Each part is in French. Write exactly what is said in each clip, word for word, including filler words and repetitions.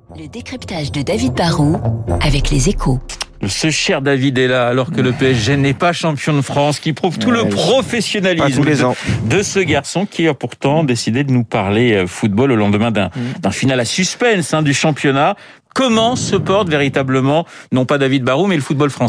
Le décryptage de David Barrault avec les Échos. Ce cher David est là alors que le P S G n'est pas champion de France, qui prouve tout ouais, le professionnalisme les de, ans. de ce garçon qui a pourtant décidé de nous parler football au lendemain d'un, d'un final à suspense hein, du championnat. Comment se porte véritablement, non pas David Barrault, mais le football français ?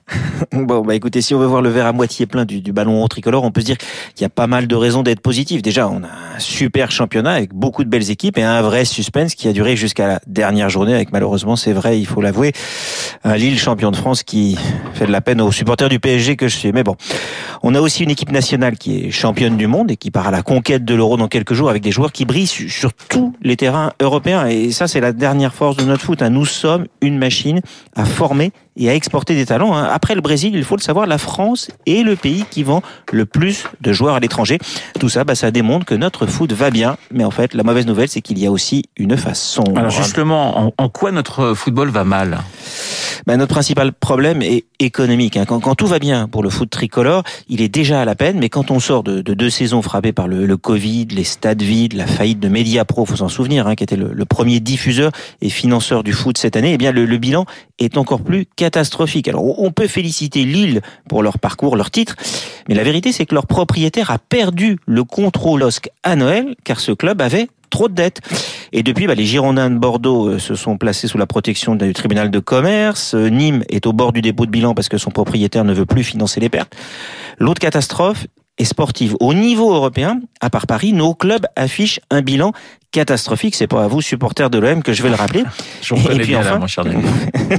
Bon, bah écoutez, si on veut voir le verre à moitié plein du, du ballon rond tricolore, on peut se dire qu'il y a pas mal de raisons d'être positif. Déjà, on a un super championnat avec beaucoup de belles équipes et un vrai suspense qui a duré jusqu'à la dernière journée avec, malheureusement, c'est vrai, il faut l'avouer, un Lille champion de France qui fait de la peine aux supporters du P S G que je suis. Mais bon, on a aussi une équipe nationale qui est championne du monde et qui part à la conquête de l'Euro dans quelques jours avec des joueurs qui brillent sur tous les terrains européens. Et ça, c'est la dernière force de notre foot. Nous sommes une machine à former et à exporter des talents. Après le Brésil, il faut le savoir, la France est le pays qui vend le plus de joueurs à l'étranger. Tout ça, bah, ça démontre que notre foot va bien. Mais en fait, la mauvaise nouvelle, c'est qu'il y a aussi une face sombre. Alors justement, en, en quoi notre football va mal ? Bah, notre principal problème est économique. Quand, quand tout va bien pour le foot tricolore, il est déjà à la peine. Mais quand on sort de, de deux saisons frappées par le, le Covid, les stades vides, la faillite de Mediapro, faut s'en souvenir, hein, qui était le, le premier diffuseur et financeur du foot cette année, eh bien le, le bilan est encore plus catastrophique. Alors on peut féliciter Lille pour leur parcours, leur titre, mais la vérité c'est que leur propriétaire a perdu le contrôle L O S C à Noël, car ce club avait trop de dettes. Et depuis, bah, les Girondins de Bordeaux euh, se sont placés sous la protection du tribunal de commerce. Euh, Nîmes est au bord du dépôt de bilan parce que son propriétaire ne veut plus financer les pertes. L'autre catastrophe est sportive. Au niveau européen, à part Paris, nos clubs affichent un bilan catastrophique. C'est pas à vous, supporters de l'O M, que je vais le rappeler. Je vous connais bien enfin, là, mon cher David.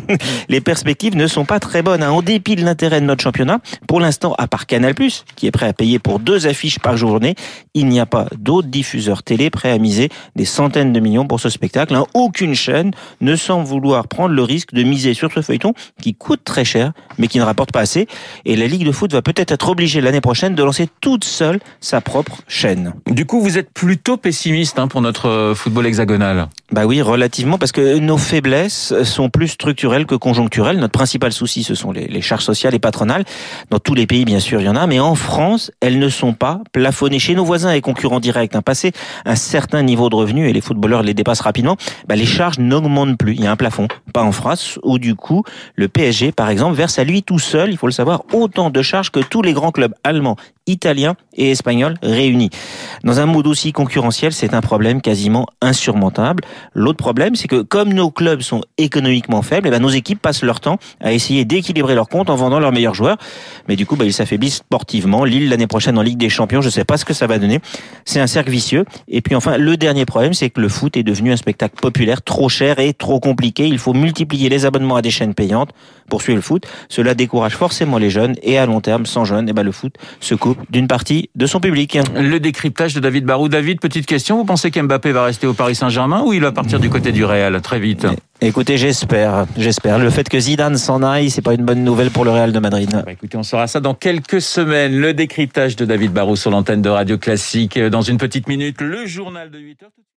Les perspectives ne sont pas très bonnes. Hein. En dépit de l'intérêt de notre championnat, pour l'instant, à part Canal+, qui est prêt à payer pour deux affiches par journée, il n'y a pas d'autres diffuseurs télé prêts à miser des centaines de millions pour ce spectacle. Hein. Aucune chaîne ne semble vouloir prendre le risque de miser sur ce feuilleton qui coûte très cher, mais qui ne rapporte pas assez. Et la Ligue de foot va peut-être être obligée l'année prochaine de lancer toute seule sa propre chaîne. Du coup, vous êtes plutôt pessimiste hein, pour notre football hexagonal. Bah oui, relativement, parce que nos faiblesses sont plus structurelles que conjoncturelles. Notre principal souci, ce sont les, les charges sociales et patronales. Dans tous les pays, bien sûr, il y en a, mais en France, elles ne sont pas plafonnées. Chez nos voisins et concurrents directs, hein, passé un certain niveau de revenus, et les footballeurs les dépassent rapidement, bah les charges n'augmentent plus. Il y a un plafond, pas en France, où du coup, le P S G, par exemple, verse à lui tout seul, il faut le savoir, autant de charges que tous les grands clubs allemands, italiens et espagnols réunis. Dans un monde aussi concurrentiel, c'est un problème quasiment insurmontable. L'autre problème, c'est que comme nos clubs sont économiquement faibles, eh ben nos équipes passent leur temps à essayer d'équilibrer leurs comptes en vendant leurs meilleurs joueurs. Mais du coup, bah, ils s'affaiblissent sportivement. Lille, l'année prochaine en Ligue des Champions, je ne sais pas ce que ça va donner. C'est un cercle vicieux. Et puis enfin, le dernier problème, c'est que le foot est devenu un spectacle populaire, trop cher et trop compliqué. Il faut multiplier les abonnements à des chaînes payantes pour suivre le foot. Cela décourage forcément les jeunes. Et à long terme, sans jeunes, eh ben le foot se coupe d'une partie de son public. Le décryptage de David Barrault. David, petite question, vous pensez qu'Mbappé va rester au Paris Saint-Germain ou il va partir du côté du Real très vite ? Écoutez, j'espère, j'espère. Le fait que Zidane s'en aille, c'est pas une bonne nouvelle pour le Real de Madrid. Bah écoutez, on saura ça dans quelques semaines. Le décryptage de David Barrault sur l'antenne de Radio Classique. Dans une petite minute, le journal de huit heures.